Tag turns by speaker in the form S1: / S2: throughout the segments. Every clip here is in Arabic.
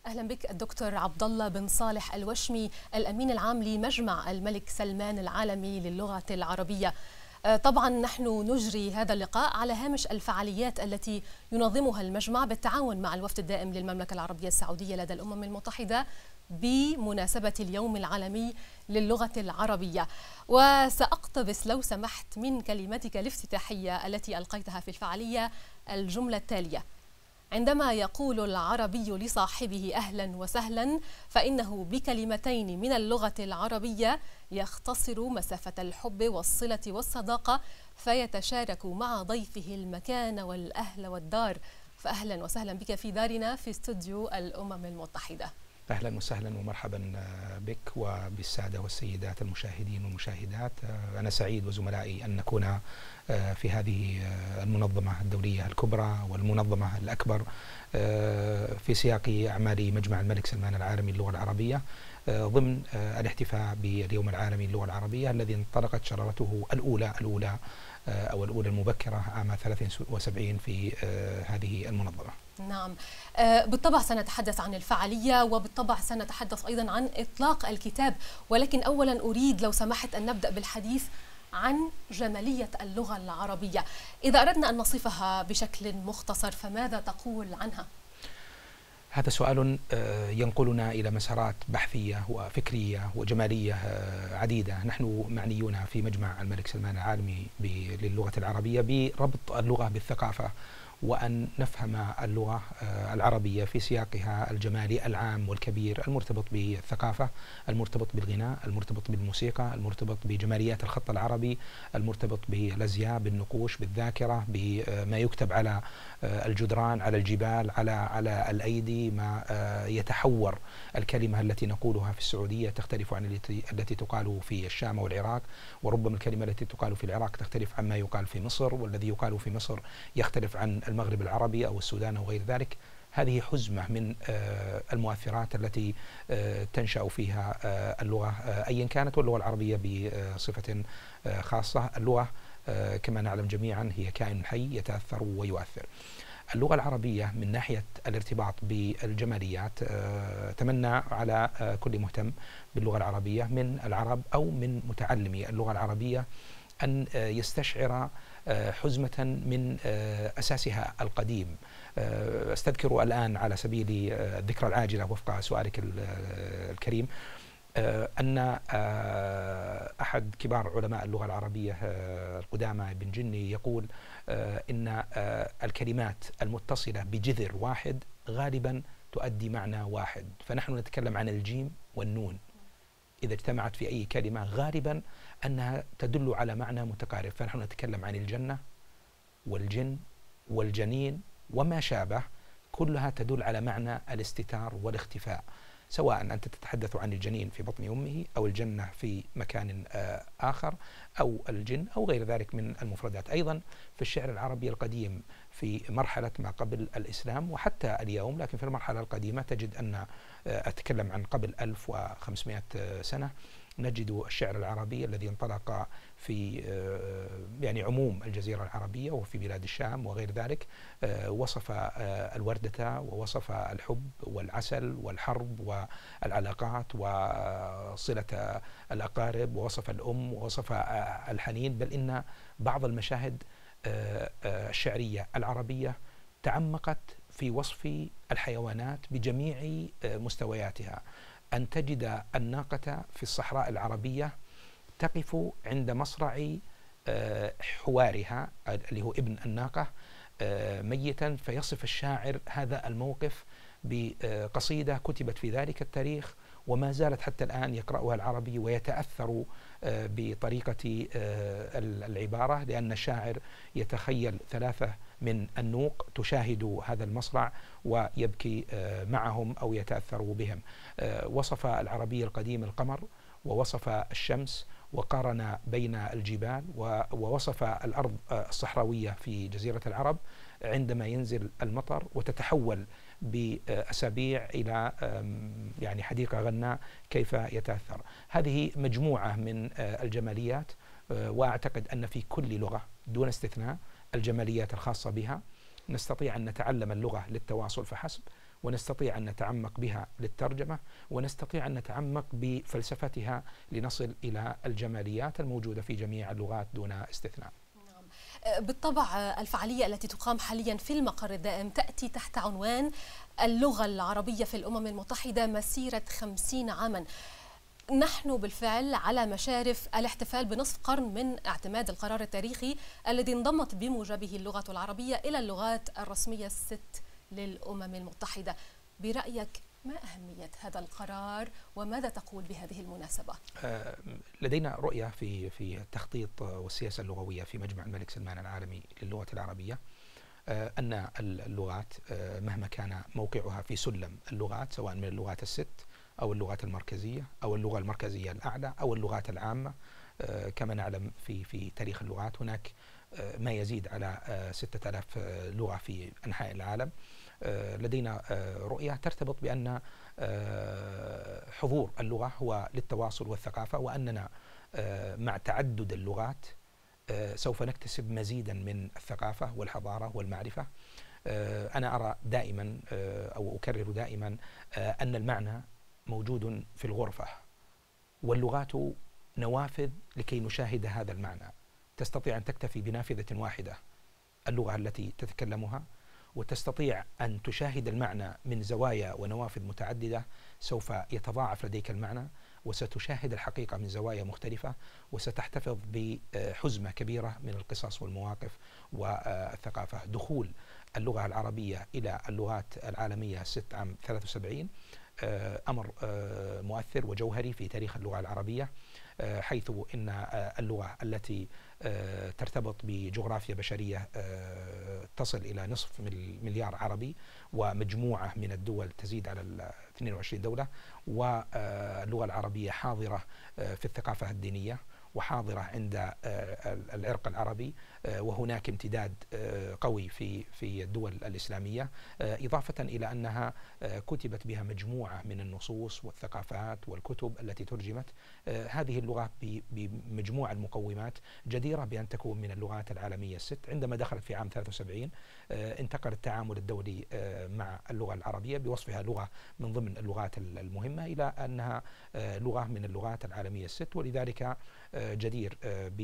S1: أهلا بك الدكتور عبد الله بن صالح الوشمي، الأمين العام لمجمع الملك سلمان العالمي للغة العربية. طبعا نحن نجري هذا اللقاء على هامش الفعاليات التي ينظمها المجمع بالتعاون مع الوفد الدائم للمملكة العربية السعودية لدى الأمم المتحدة بمناسبة اليوم العالمي للغة العربية. وسأقتبس لو سمحت من كلمتك الافتتاحية التي ألقيتها في الفعالية الجملة التالية: عندما يقول العربي لصاحبه أهلا وسهلا فإنه بكلمتين من اللغة العربية يختصر مسافة الحب والصلة والصداقة، فيتشارك مع ضيفه المكان والأهل والدار. فأهلا وسهلا بك في دارنا في استوديو الأمم المتحدة.
S2: أهلا وسهلا ومرحبا بك وبالسادة والسيدات المشاهدين والمشاهدات. أنا سعيد وزملائي أن نكون في هذه المنظمة الدولية الكبرى والمنظمة الأكبر في سياق أعمال مجمع الملك سلمان العالمي للغة العربية ضمن الاحتفاء باليوم العالمي للغة العربية الذي انطلقت شرارته الأولى المبكرة عام 73 في هذه المنظمة.
S1: نعم، بالطبع سنتحدث عن الفعالية وبالطبع سنتحدث أيضا عن إطلاق الكتاب، ولكن أولا أريد لو سمحت أن نبدأ بالحديث عن جمالية اللغة العربية. إذا أردنا أن نصفها بشكل مختصر فماذا تقول عنها؟
S2: هذا سؤال ينقلنا إلى مسارات بحثية وفكرية وجمالية عديدة. نحن معنيون في مجمع الملك سلمان العالمي للغة العربية بربط اللغة بالثقافة، وأن نفهم اللغة العربية في سياقها الجمالي العام والكبير المرتبط بالثقافة، المرتبط بالغناء، المرتبط بالموسيقى، المرتبط بجماليات الخط العربي، المرتبط بالأزياء، بالنقوش، بالذاكرة، بما يكتب على الجدران، على الجبال، على الأيدي، ما يتحور. الكلمة التي نقولها في السعودية تختلف عن التي تقال في الشام والعراق، وربما الكلمة التي تقال في العراق تختلف عما يقال في مصر، والذي يقال في مصر يختلف عن المغرب العربي أو السودان أو غير ذلك. هذه حزمة من المؤثرات التي تنشأ فيها اللغة أيا كانت، واللغة العربية بصفة خاصة. اللغة كما نعلم جميعا هي كائن حي يتأثر ويؤثر. اللغة العربية من ناحية الارتباط بالجماليات تمنى على كل مهتم باللغة العربية من العرب أو من متعلمي اللغة العربية أن يستشعر حزمة من أساسها القديم. أستذكر الآن على سبيل الذكرى العاجلة وفق سؤالك الكريم أن أحد كبار علماء اللغة العربية القدامى ابن جني يقول إن الكلمات المتصلة بجذر واحد غالبا تؤدي معنى واحد. فنحن نتكلم عن الجيم والنون، إذا اجتمعت في أي كلمة غالبا أنها تدل على معنى متقارب. فنحن نتكلم عن الجنة والجن والجنين وما شابه، كلها تدل على معنى الاستتار والاختفاء، سواء أنت تتحدث عن الجنين في بطن أمه أو الجنة في مكان آخر أو الجن أو غير ذلك من المفردات. أيضا في الشعر العربي القديم في مرحلة ما قبل الإسلام وحتى اليوم، لكن في المرحلة القديمة تجد أن أتكلم عن قبل 1500 سنة، نجد الشعر العربي الذي انطلق في يعني عموم الجزيرة العربية وفي بلاد الشام وغير ذلك، وصف الوردة ووصف الحب والعسل والحرب والعلاقات وصلة الأقارب، ووصف الأم ووصف الحنين، بل إن بعض المشاهد الشعرية العربية تعمقت في وصف الحيوانات بجميع مستوياتها. أن تجد الناقة في الصحراء العربية تقف عند مصرع حوارها اللي هو ابن الناقة ميتا، فيصف الشاعر هذا الموقف بقصيدة كتبت في ذلك التاريخ وما زالت حتى الآن يقرأها العربي ويتأثر بطريقة العبارة، لأن الشاعر يتخيل 3 من النوق تشاهد هذا المصرع ويبكي معهم أو يتأثر بهم. وصف العربي القديم القمر ووصف الشمس وقارن بين الجبال، ووصف الأرض الصحراوية في جزيرة العرب عندما ينزل المطر وتتحول بأسابيع إلى يعني حديقة غناء كيف يتأثر. هذه مجموعة من الجماليات، وأعتقد أن في كل لغة دون استثناء الجماليات الخاصة بها. نستطيع أن نتعلم اللغة للتواصل فحسب، ونستطيع أن نتعمق بها للترجمة، ونستطيع أن نتعمق بفلسفتها لنصل إلى الجماليات الموجودة في جميع اللغات دون استثناء.
S1: بالطبع الفعالية التي تقام حاليا في المقر الدائم تأتي تحت عنوان اللغة العربية في الأمم المتحدة مسيرة 50 عاما. نحن بالفعل على مشارف الاحتفال بنصف قرن من اعتماد القرار التاريخي الذي انضمت بموجبه اللغة العربية إلى اللغات الرسمية الست للأمم المتحدة. برأيك ما أهمية هذا القرار وماذا تقول بهذه المناسبة؟
S2: لدينا رؤية في التخطيط والسياسة اللغوية في مجمع الملك سلمان العالمي للغة العربية، أن اللغات مهما كان موقعها في سلم اللغات، سواء من اللغات الست أو اللغات المركزية أو اللغة المركزية الأعلى أو اللغات العامة، كما نعلم في تاريخ اللغات هناك ما يزيد على 6000 لغة في أنحاء العالم. لدينا رؤية ترتبط بأن حضور اللغة هو للتواصل والثقافة، وأننا مع تعدد اللغات سوف نكتسب مزيدا من الثقافة والحضارة والمعرفة. أنا أرى دائما أو أكرر دائما أن المعنى موجود في الغرفة، واللغات نوافذ لكي نشاهد هذا المعنى. تستطيع أن تكتفي بنافذة واحدة، اللغة التي تتكلمها، وتستطيع أن تشاهد المعنى من زوايا ونوافذ متعددة. سوف يتضاعف لديك المعنى، وستشاهد الحقيقة من زوايا مختلفة، وستحتفظ بحزمة كبيرة من القصص والمواقف والثقافة. دخول اللغة العربية إلى اللغات العالمية الست عام 73 أمر مؤثر وجوهري في تاريخ اللغة العربية، حيث إن اللغة التي ترتبط بجغرافيا بشرية تصل إلى نصف مليار عربي، ومجموعة من الدول تزيد على 22 دولة، واللغة العربية حاضرة في الثقافة الدينية، وحاضرة عند العرق العربي، وهناك امتداد قوي في الدول الإسلامية، إضافة إلى أنها كتبت بها مجموعة من النصوص والثقافات والكتب التي ترجمت. هذه اللغة بمجموعة المقومات جديرة بأن تكون من اللغات العالمية الست. عندما دخلت في عام 73 انتقل التعامل الدولي مع اللغة العربية بوصفها لغة من ضمن اللغات المهمة إلى أنها لغة من اللغات العالمية الست، ولذلك جدير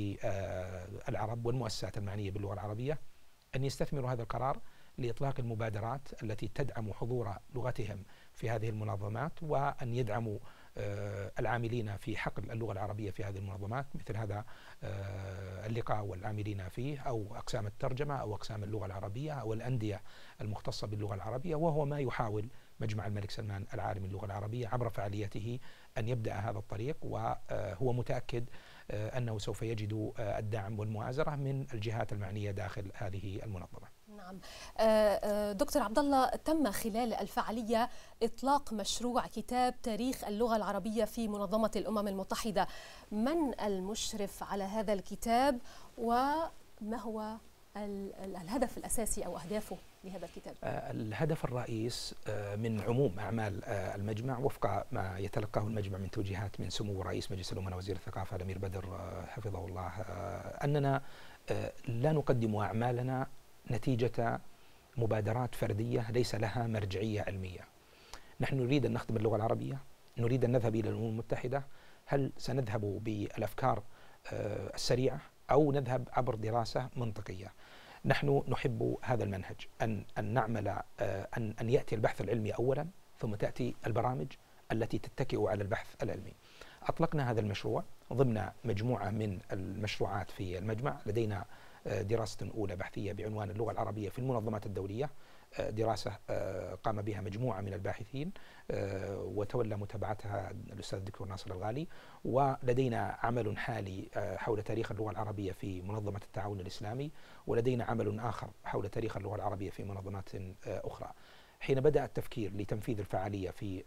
S2: بالعرب والمؤسسات المعنية باللغة العربية أن يستثمروا هذا القرار لإطلاق المبادرات التي تدعم حضور لغتهم في هذه المنظمات، وأن يدعموا العاملين في حقل اللغة العربية في هذه المنظمات، مثل هذا اللقاء والعاملين فيه، أو أقسام الترجمة أو أقسام اللغة العربية أو الأندية المختصة باللغة العربية. وهو ما يحاول مجمع الملك سلمان العالمي للغة العربية عبر فعاليته أن يبدأ هذا الطريق، وهو متأكد أنه سوف يجد الدعم والمؤازرة من الجهات المعنية داخل هذه المنظمة.
S1: نعم. دكتور عبد الله، تم خلال الفعالية إطلاق مشروع كتاب تاريخ اللغة العربية في منظمة الأمم المتحدة. من المشرف على هذا الكتاب وما هو الهدف الأساسي أو أهدافه لهذا الكتاب؟
S2: الهدف الرئيس من عموم أعمال المجمع، وفق ما يتلقاه المجمع من توجيهات من سمو رئيس مجلس الأمة وزير الثقافة الأمير بدر حفظه الله، أننا لا نقدم أعمالنا نتيجة مبادرات فردية ليس لها مرجعية علمية. نحن نريد أن نخدم اللغة العربية، نريد أن نذهب إلى الأمم المتحدة. هل سنذهب بالأفكار السريعة أو نذهب عبر دراسة منطقية؟ نحن نحب هذا المنهج، أن نعمل أن يأتي البحث العلمي أولا، ثم تأتي البرامج التي تتكئ على البحث العلمي. أطلقنا هذا المشروع ضمن مجموعة من المشروعات في المجمع. لدينا دراسة أولى بحثية بعنوان اللغة العربية في المنظمات الدولية، دراسة قام بها مجموعة من الباحثين وتولى متابعتها الأستاذ الدكتور ناصر الغالي. ولدينا عمل حالي حول تاريخ اللغة العربية في منظمة التعاون الإسلامي، ولدينا عمل آخر حول تاريخ اللغة العربية في منظمات أخرى. حين بدأ التفكير لتنفيذ الفعالية في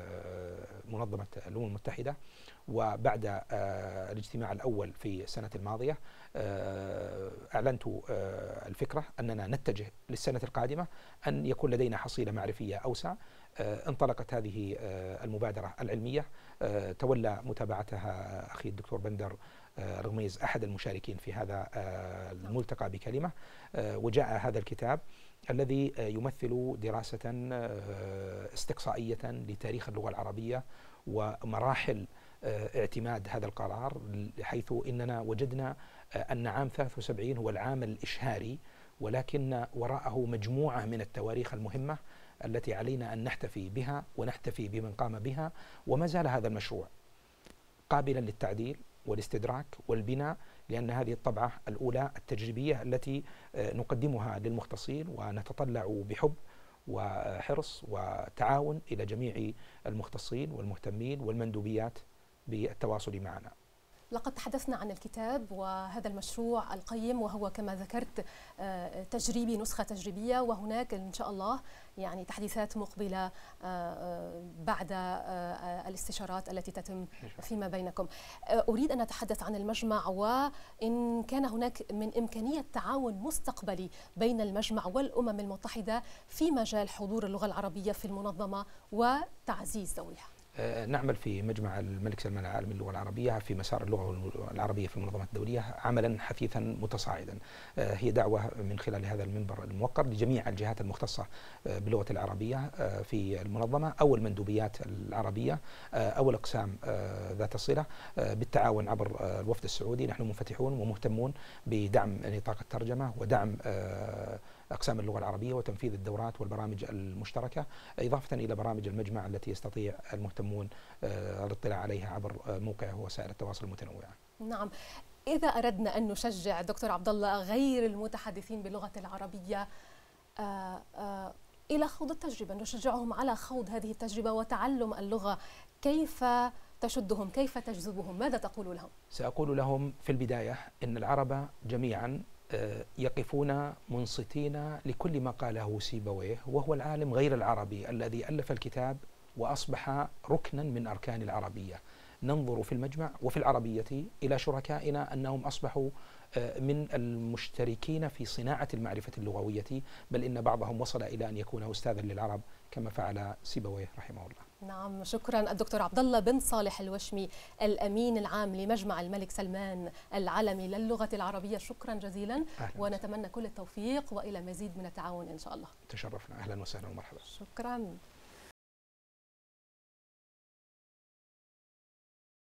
S2: منظمة الأمم المتحدة، وبعد الاجتماع الأول في السنة الماضية، أعلنت الفكرة أننا نتجه للسنة القادمة أن يكون لدينا حصيلة معرفية أوسع. انطلقت هذه المبادرة العلمية، تولى متابعتها أخي الدكتور بندر رغميز أحد المشاركين في هذا الملتقى بكلمة، وجاء هذا الكتاب الذي يمثل دراسة استقصائية لتاريخ اللغة العربية ومراحل اعتماد هذا القرار، حيث إننا وجدنا أن عام 73 هو العام الإشهاري، ولكن وراءه مجموعة من التواريخ المهمة التي علينا أن نحتفي بها ونحتفي بمن قام بها. وما زال هذا المشروع قابلا للتعديل والاستدراك والبناء، لأن هذه الطبعة الأولى التجريبية التي نقدمها للمختصين، ونتطلع بحب وحرص وتعاون إلى جميع المختصين والمهتمين والمندوبيات بالتواصل معنا.
S1: لقد تحدثنا عن الكتاب وهذا المشروع القيم، وهو كما ذكرت تجريبي، نسخة تجريبية، وهناك إن شاء الله يعني تحديثات مقبلة بعد الاستشارات التي تتم فيما بينكم. أريد أن أتحدث عن المجمع، وإن كان هناك من إمكانية تعاون مستقبلي بين المجمع والأمم المتحدة في مجال حضور اللغة العربية في المنظمة وتعزيز ذويها.
S2: نعمل في مجمع الملك سلمان العالمي للغة العربية في مسار اللغة العربية في المنظمات الدولية عملا حثيثا متصاعدا. هي دعوة من خلال هذا المنبر الموقر لجميع الجهات المختصة باللغة العربية في المنظمة أو المندوبيات العربية أو الأقسام ذات الصلة، بالتعاون عبر الوفد السعودي. نحن منفتحون ومهتمون بدعم نطاق الترجمة ودعم أقسام اللغة العربية وتنفيذ الدورات والبرامج المشتركة، إضافة إلى برامج المجمع التي يستطيع المهتمون الاطلاع عليها عبر موقعه ووسائل التواصل المتنوعة.
S1: نعم، إذا أردنا أن نشجع دكتور عبد الله غير المتحدثين باللغة العربية إلى خوض التجربة، نشجعهم على خوض هذه التجربة وتعلم اللغة، كيف تشدهم، كيف تجذبهم، ماذا تقول لهم؟
S2: سأقول لهم في البداية إن العرب جميعا يقفون منصتين لكل ما قاله سيبويه، وهو العالم غير العربي الذي ألف الكتاب وأصبح ركنا من أركان العربية. ننظر في المجمع وفي العربية إلى شركائنا أنهم أصبحوا من المشتركين في صناعة المعرفة اللغوية، بل إن بعضهم وصل إلى أن يكون أستاذا للعرب كما فعل سيبويه رحمه الله.
S1: نعم، شكرا الدكتور عبد الله بن صالح الوشمي، الأمين العام لمجمع الملك سلمان العالمي للغة العربية، شكرا جزيلا، ونتمنى كل التوفيق وإلى مزيد من التعاون إن شاء الله.
S2: تشرفنا، أهلا وسهلا ومرحبا.
S1: شكرا.